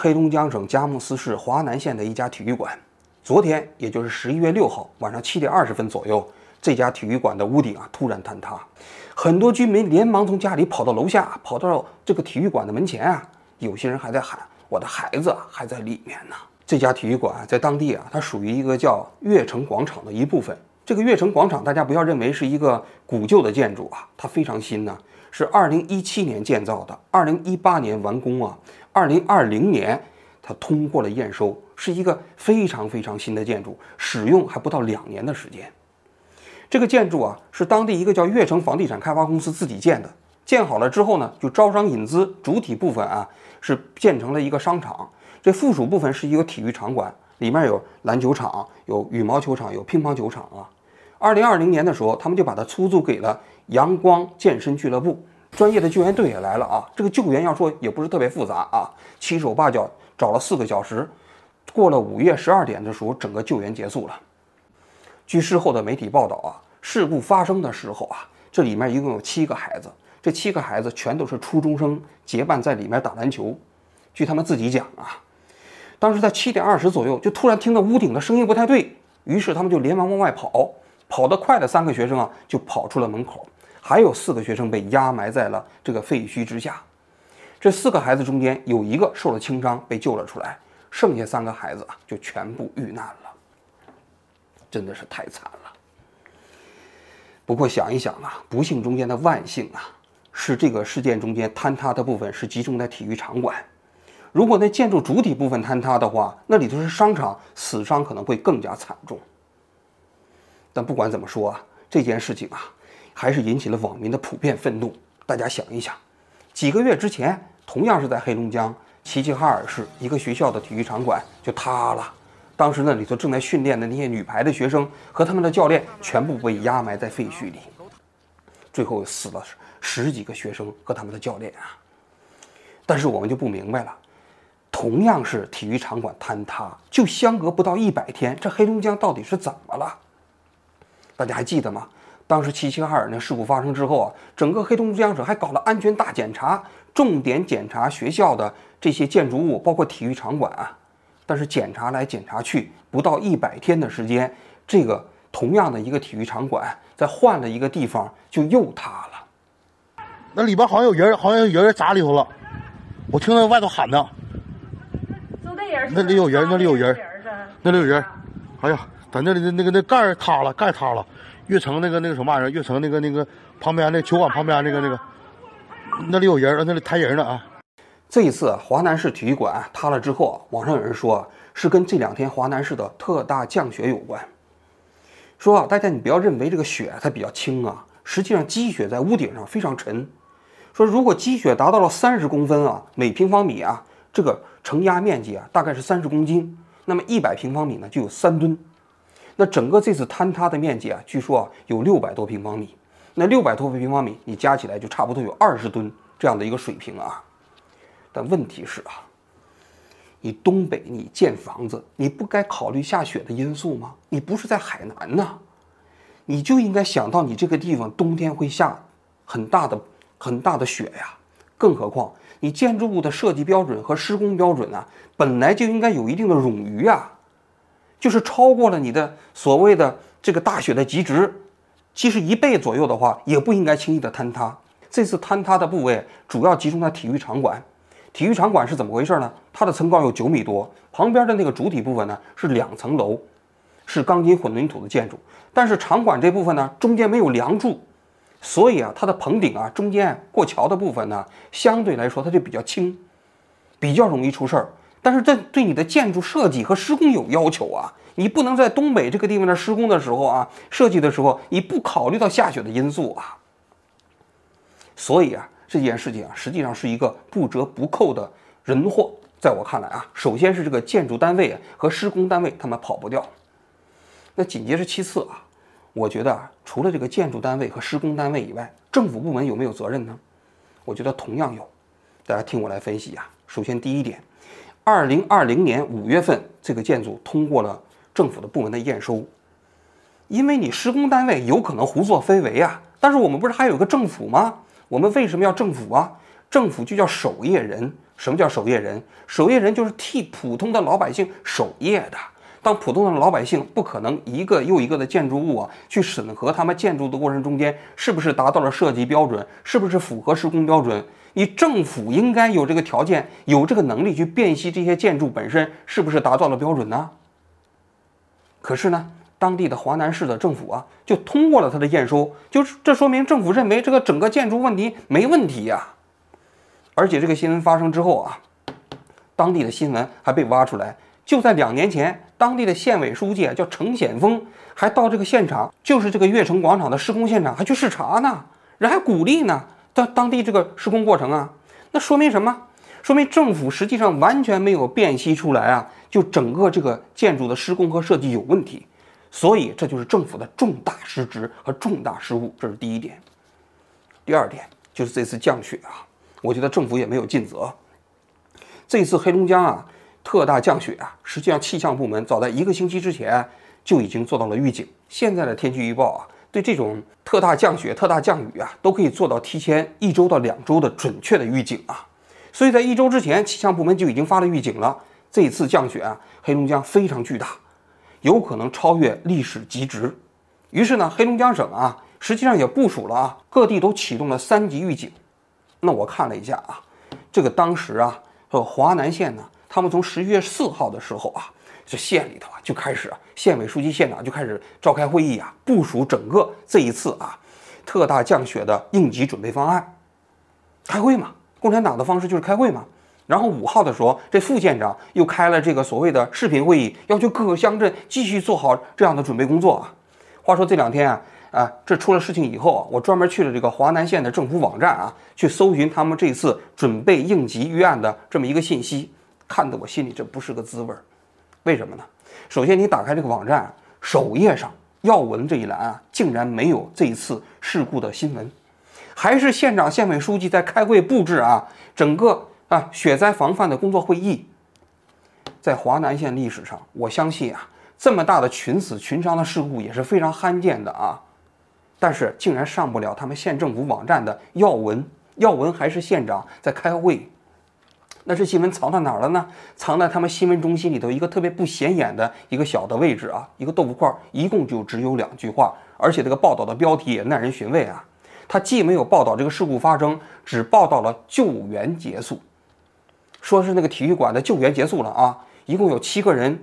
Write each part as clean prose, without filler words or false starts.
黑龙江省佳木斯市华南县的一家体育馆。昨天，也就是11月6号晚上7点20分左右，这家体育馆的屋顶突然坍塌，很多居民连忙从家里跑到楼下，跑到这个体育馆的门前有些人还在喊：“我的孩子还在里面呢。”这家体育馆在当地它属于一个叫悦城广场的一部分。这个悦城广场，大家不要认为是一个古旧的建筑它非常新呢，是2017年建造的，2018年完工，2020年它通过了验收，是一个非常非常新的建筑，使用还不到2年的时间。这个建筑是当地一个叫悦城房地产开发公司自己建的，建好了之后呢，就招商引资，主体部分是建成了一个商场，这附属部分是一个体育场馆，里面有篮球场、有羽毛球场、有乒乓球场2020年的时候，他们就把它出租给了阳光健身俱乐部，专业的救援队也来了这个救援要说也不是特别复杂七手八脚找了4个小时，过了午夜12点的时候，整个救援结束了。据事后的媒体报道事故发生的时候这里面一共有7个孩子，这7个孩子全都是初中生，结伴在里面打篮球。据他们自己讲当时在7点20左右，就突然听到屋顶的声音不太对，于是他们就连忙往外跑，跑得快的3个学生就跑出了门口，还有4个学生被压埋在了这个废墟之下。这4个孩子中间有1个受了轻伤被救了出来，剩下3个孩子就全部遇难了，真的是太惨了。不过想一想不幸中间的万幸是这个事件中间坍塌的部分是集中在体育场馆。如果那建筑主体部分坍塌的话，那里头是商场，死伤可能会更加惨重。但不管怎么说这件事情还是引起了网民的普遍愤怒。大家想一想，几个月之前，同样是在黑龙江齐齐哈尔市一个学校的体育场馆就塌了，当时那里头正在训练的那些女排的学生和他们的教练全部被压埋在废墟里，最后死了10几个学生和他们的教练但是我们就不明白了，同样是体育场馆坍塌，就相隔不到100天，这黑龙江到底是怎么了？大家还记得吗？当时齐齐哈尔那事故发生之后整个黑龙江省还搞了安全大检查，重点检查学校的这些建筑物，包括体育场馆但是检查来检查去，不到100天的时间，这个同样的一个体育场馆，在换了一个地方就又塌了。 那里边好像有人，好像有人砸里头了，我听到外头喊呢。那里有人，那里有人，那里有人。哎呀，咱这里的那盖儿塌了，盖塌了。悦城那个什么玩意儿？悦城那个旁边那球馆旁边那个，那里有人，那里抬人呢这一次华南市体育馆塌了之后网上有人说是跟这2天华南市的特大降雪有关。说大家你不要认为这个雪它比较轻实际上积雪在屋顶上非常沉。说如果积雪达到了30公分每平方米这个承压面积大概是30公斤，那么100平方米呢就有3吨。那整个这次坍塌的面积据说有600多平方米，那600多平方米你加起来就差不多有20吨这样的一个水平但问题是你东北你建房子，你不该考虑下雪的因素吗？你不是在海南你就应该想到你这个地方冬天会下很大的雪更何况你建筑物的设计标准和施工标准本来就应该有一定的冗余就是超过了你的所谓的这个大雪的极值，其实1倍左右的话，也不应该轻易的坍塌。这次坍塌的部位主要集中在体育场馆。体育场馆是怎么回事呢？它的层高有9米多，旁边的那个主体部分呢是2层楼，是钢筋混凝土的建筑。但是场馆这部分呢，中间没有梁柱，所以它的棚顶中间过桥的部分呢，相对来说它就比较轻，比较容易出事儿。但是这对你的建筑设计和施工有要求你不能在东北这个地方的施工的时候设计的时候你不考虑到下雪的因素所以这件事情实际上是一个不折不扣的人祸。在我看来首先是这个建筑单位和施工单位他们跑不掉。那紧接着其次我觉得除了这个建筑单位和施工单位以外，政府部门有没有责任呢？我觉得同样有。大家听我来分析首先第一点，2020年5月份这个建筑通过了政府的部门的验收。因为你施工单位有可能胡作非为但是我们不是还有个政府吗？我们为什么要政府政府就叫守夜人， 什么叫守夜人？守夜人就是替普通的老百姓守夜的。当普通的老百姓不可能一个又一个的建筑物去审核他们建筑的过程中间是不是达到了设计标准，是不是符合施工标准，你政府应该有这个条件，有这个能力去辨析这些建筑本身是不是达到了标准呢？可是呢，当地的华南市的政府就通过了他的验收，就是这说明政府认为这个整个建筑问题没问题呀。而且这个新闻发生之后当地的新闻还被挖出来，就在2年前，当地的县委书记叫程显峰，还到这个现场，就是这个悦城广场的施工现场，还去视察呢，人还鼓励呢，当地这个施工过程那说明什么？说明政府实际上完全没有辨析出来就整个这个建筑的施工和设计有问题，所以这就是政府的重大失职和重大失误，这是第一点。第二点就是这次降雪我觉得政府也没有尽责。这次黑龙江特大降雪实际上气象部门早在1个星期之前就已经做到了预警。现在的天气预报对这种特大降雪、特大降雨都可以做到提前1周到2周的准确的预警所以在1周之前，气象部门就已经发了预警了。这一次降雪黑龙江非常巨大，有可能超越历史极值。于是呢，黑龙江省实际上也部署了各地都启动了3级预警。那我看了一下这个当时华南县呢，他们从11月4号的时候这县里头就开始县委书记、县长就开始召开会议部署整个这一次特大降雪的应急准备方案。开会嘛，共产党的方式就是开会嘛。然后5号的时候，这副县长又开了这个所谓的视频会议，要求各个乡镇继续做好这样的准备工作话说这2天这出了事情以后我专门去了这个华南县的政府网站去搜寻他们这次准备应急预案的这么一个信息，看得我心里这不是个滋味。为什么呢？首先你打开这个网站，首页上要闻这一栏竟然没有这一次事故的新闻，还是县长、县委书记在开会布置整个雪灾防范的工作会议。在华南县历史上，我相信这么大的群死群伤的事故也是非常罕见的但是竟然上不了他们县政府网站的要闻，还是县长在开会。那这新闻藏到哪儿了呢？藏在他们新闻中心里头一个特别不显眼的一个小的位置一个豆腐块，一共就只有2句话，而且这个报道的标题也耐人寻味它既没有报道这个事故发生，只报道了救援结束，说是那个体育馆的救援结束了一共有7个人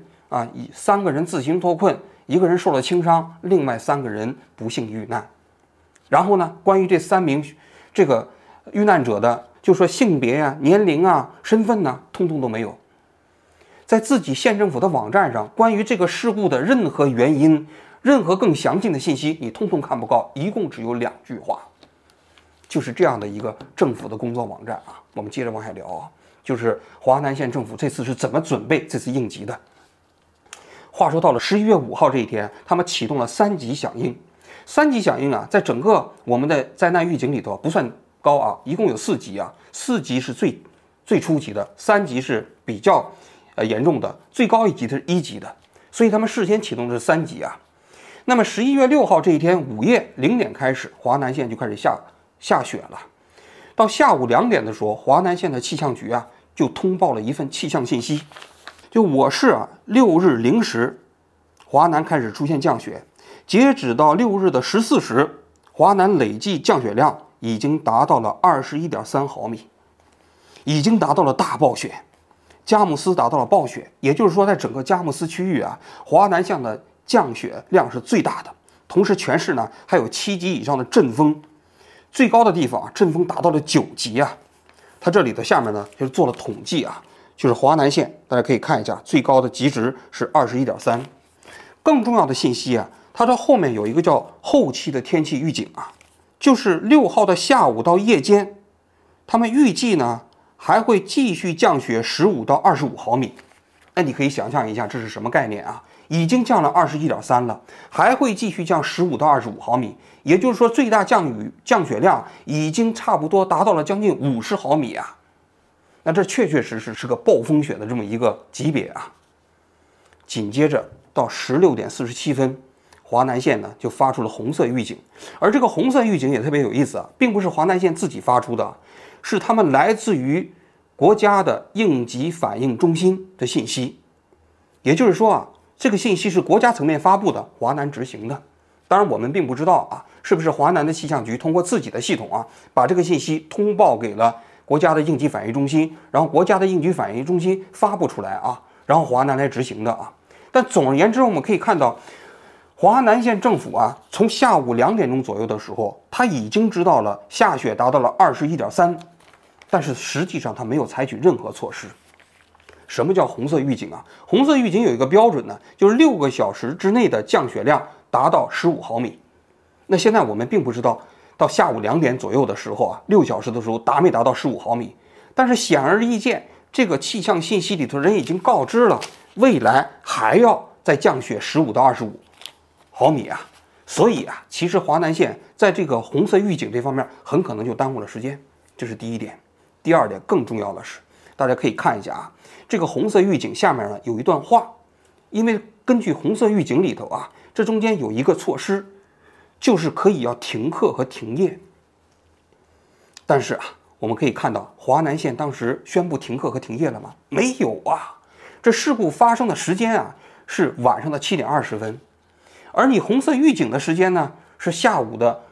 3个人自行脱困，1个人受了轻伤，另外3个人不幸遇难。然后呢，关于这3名这个遇难者的，就说性别年龄身份通通都没有。在自己县政府的网站上，关于这个事故的任何原因、任何更详尽的信息，你通通看不到，一共只有2句话。就是这样的一个政府的工作网站我们接着往下聊就是华南县政府这次是怎么准备这次应急的。话说到了11月5号这一天，他们启动了3级响应。3级响应在整个我们的灾难预警里头不算高一共有4级4级是最初级的，3级是比较严重的，最高一级的是1级的，所以他们事先启动的是3级那么11月6号这一天午夜0点开始，华南县就开始下雪了。到下午2点的时候，华南县的气象局就通报了一份气象信息，就我市6日0时，华南开始出现降雪，截止到6日的14时，华南累计降雪量已经达到了21.3毫米，已经达到了大暴雪。佳木斯达到了暴雪，也就是说，在整个佳木斯区域华南县的降雪量是最大的。同时，全市呢还有7级以上的阵风，最高的地方阵风达到了9级它这里的下面呢就是做了统计就是华南县，大家可以看一下，最高的极值是21.3。更重要的信息它这后面有一个叫后期的天气预警就是6号的下午到夜间，他们预计呢还会继续降雪15到25毫米。那你可以想象一下这是什么概念已经降了21.3了，还会继续降15到25毫米，也就是说最大降雪量已经差不多达到了将近50毫米那这确确实实是个暴风雪的这么一个级别紧接着到16点47分，华南县呢就发出了红色预警。而这个红色预警也特别有意思并不是华南县自己发出的，是他们来自于国家的应急反应中心的信息。也就是说啊，这个信息是国家层面发布的，华南执行的。当然我们并不知道啊，是不是华南的气象局通过自己的系统啊，把这个信息通报给了国家的应急反应中心，然后国家的应急反应中心发布出来啊，然后华南来执行的啊。但总而言之，我们可以看到，华南县政府啊，从下午2点钟左右的时候，他已经知道了下雪达到了21.3，但是实际上他没有采取任何措施。什么叫红色预警啊？红色预警有一个标准呢，就是6个小时之内的降雪量达到15毫米。那现在我们并不知道到下午2点左右的时候啊，6小时的时候达没达到15毫米。但是显而易见，这个气象信息里头人已经告知了，未来还要再降雪15到25毫米啊。所以啊，其实华南县在这个红色预警这方面很可能就耽误了时间，这是第一点。第二点更重要的是，大家可以看一下啊，这个红色预警下面呢有一段话，因为根据红色预警里头啊，这中间有一个措施，就是可以要停课和停业。但是啊，我们可以看到华南县当时宣布停课和停业了吗？没有啊。这事故发生的时间啊是晚上的7点20分，而你红色预警的时间呢是下午的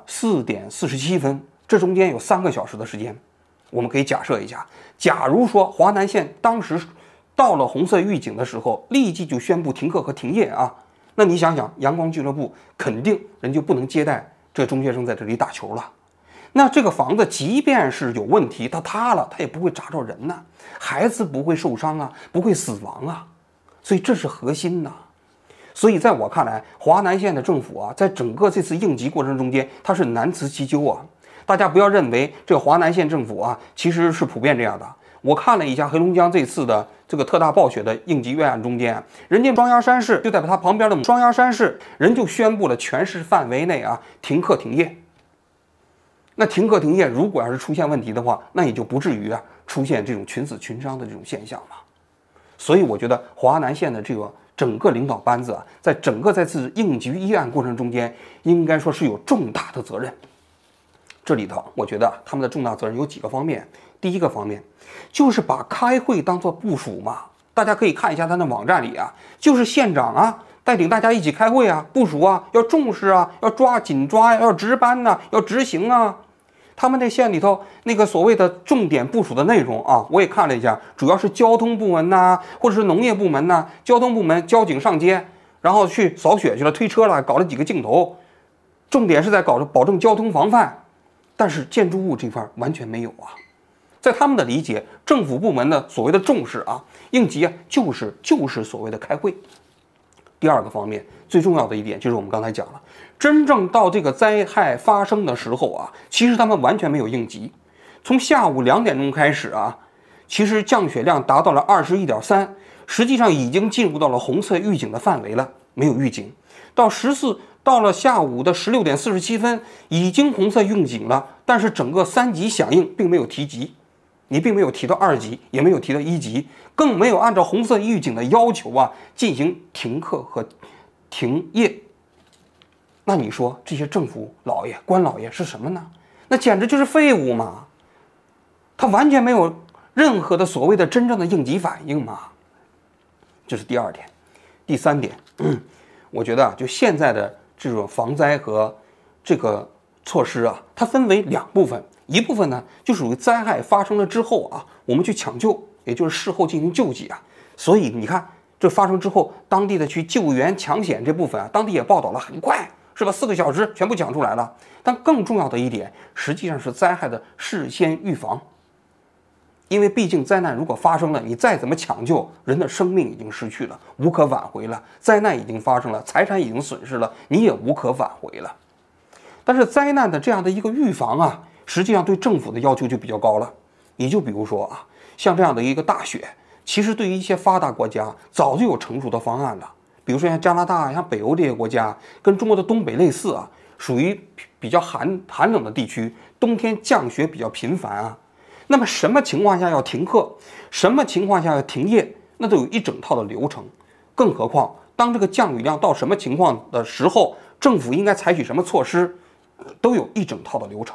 4点47分，这中间有3个小时的时间。我们可以假设一下，假如说华南县当时到了红色预警的时候，立即就宣布停课和停业啊，那你想想，阳光俱乐部肯定人就不能接待这中学生在这里打球了。那这个房子即便是有问题，它塌了，它也不会砸着人呐，孩子不会受伤啊，不会死亡啊，所以这是核心呐。所以在我看来，华南县的政府啊，在整个这次应急过程中间，它是难辞其咎啊。大家不要认为这个华南县政府啊，其实是普遍这样的。我看了一下黑龙江这次的这个特大暴雪的应急预案中间，人家双鸭山市就在它旁边的双鸭山市，人就宣布了全市范围内啊停课停业。那停课停业，如果要是出现问题的话，那也就不至于出现这种群死群伤的这种现象嘛。所以我觉得华南县的这个整个领导班子啊，在整个这次应急预案过程中间，应该说是有重大的责任。这里头，我觉得他们的重大责任有几个方面。第一个方面，就是把开会当作部署嘛。大家可以看一下他的网站里啊，就是县长啊带领大家一起开会啊，部署啊，要重视啊，要紧抓呀，要值班呐，要执行啊。他们那县里头那个所谓的重点部署的内容啊，我也看了一下，主要是交通部门呐，或者是农业部门呐。交通部门交警上街，然后去扫雪去了，推车了，搞了几个镜头，重点是在搞着保证交通防范。但是建筑物这块完全没有啊。在他们的理解，政府部门的所谓的重视啊，应急啊，就是所谓的开会。第二个方面，最重要的一点就是我们刚才讲了，真正到这个灾害发生的时候啊，其实他们完全没有应急。从下午2点钟开始啊，其实降雪量达到了21.3，实际上已经进入到了红色预警的范围了，没有预警。到了下午的16点47分，已经红色预警了，但是整个3级响应并没有提及，你并没有提到2级，也没有提到1级，更没有按照红色预警的要求啊进行停课和停业。那你说这些政府老爷、官老爷是什么呢？那简直就是废物嘛！他完全没有任何的所谓的真正的应急反应嘛。这是第二点。第三点，我觉得就现在的这种防灾和这个措施啊，它分为2部分，一部分呢就属于灾害发生了之后啊，我们去抢救，也就是事后进行救济啊。所以你看，这发生之后，当地的去救援抢险这部分啊，当地也报道了，很快是吧？4个小时全部讲出来了。但更重要的一点，实际上是灾害的事先预防。因为毕竟灾难如果发生了，你再怎么抢救，人的生命已经失去了，无可挽回了；灾难已经发生了，财产已经损失了，你也无可挽回了。但是灾难的这样的一个预防啊，实际上对政府的要求就比较高了。你就比如说啊，像这样的一个大雪，其实对于一些发达国家早就有成熟的方案了。比如说像加拿大、像北欧这些国家，跟中国的东北类似啊，属于比较寒冷的地区，冬天降雪比较频繁啊。那么什么情况下要停课，什么情况下要停业，那都有一整套的流程。更何况当这个降雨量到什么情况的时候，政府应该采取什么措施，都有一整套的流程。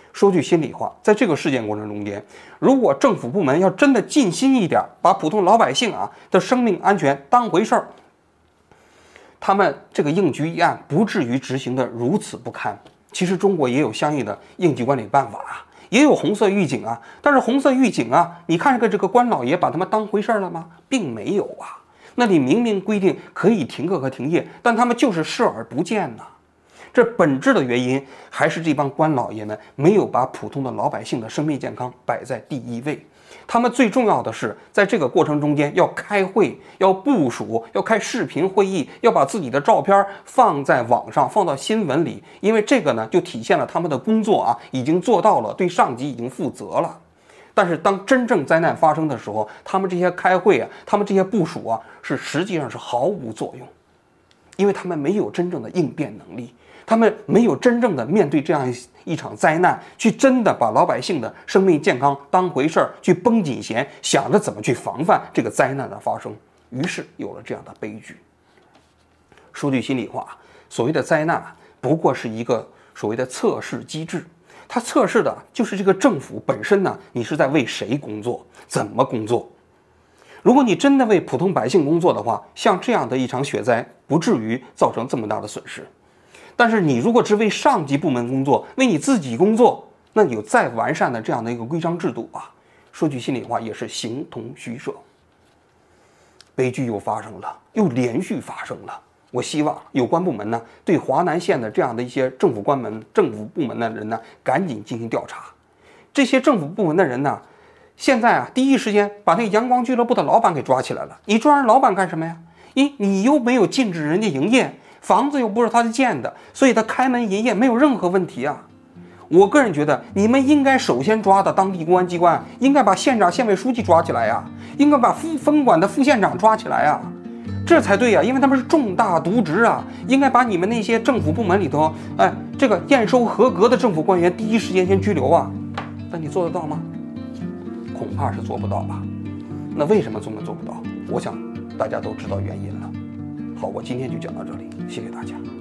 说句心里话，在这个事件过程中间，如果政府部门要真的尽心一点，把普通老百姓的生命安全当回事儿，他们这个应急预案不至于执行的如此不堪。其实中国也有相应的应急管理办法也有红色预警但是红色预警你看这个官老爷把他们当回事儿了吗？并没有那里明明规定可以停课和停业，但他们就是视而不见这本质的原因还是这帮官老爷们没有把普通的老百姓的生命健康摆在第一位。他们最重要的是在这个过程中间要开会，要部署，要开视频会议，要把自己的照片放在网上，放到新闻里，因为这个呢就体现了他们的工作已经做到了，对上级已经负责了。但是当真正灾难发生的时候，他们这些开会他们这些部署实际上是毫无作用，因为他们没有真正的应变能力，他们没有真正的面对这样一场灾难，去真的把老百姓的生命健康当回事儿，去绷紧弦，想着怎么去防范这个灾难的发生，于是有了这样的悲剧。说句心里话，所谓的灾难不过是一个所谓的测试机制，它测试的就是这个政府本身你是在为谁工作，怎么工作。如果你真的为普通百姓工作的话，像这样的一场雪灾不至于造成这么大的损失。但是你如果只为上级部门工作，为你自己工作，那你有再完善的这样的一个规章制度说句心里话也是形同虚设。悲剧又发生了，又连续发生了。我希望有关部门对华南县的这样的一些政府部门的人赶紧进行调查。这些政府部门的人现在第一时间把那个阳光俱乐部的老板给抓起来了。你抓人老板干什么呀？你又没有禁止人家营业，房子又不是他建的，所以他开门营业没有任何问题我个人觉得你们应该首先抓的当地公安机关应该把县长县委书记抓起来应该把分管的副县长抓起来这才对因为他们是重大渎职应该把你们那些政府部门里头这个验收合格的政府官员第一时间先拘留但你做得到吗？恐怕是做不到吧。那为什么做不到？我想大家都知道原因了。好，我今天就讲到这里，谢谢大家。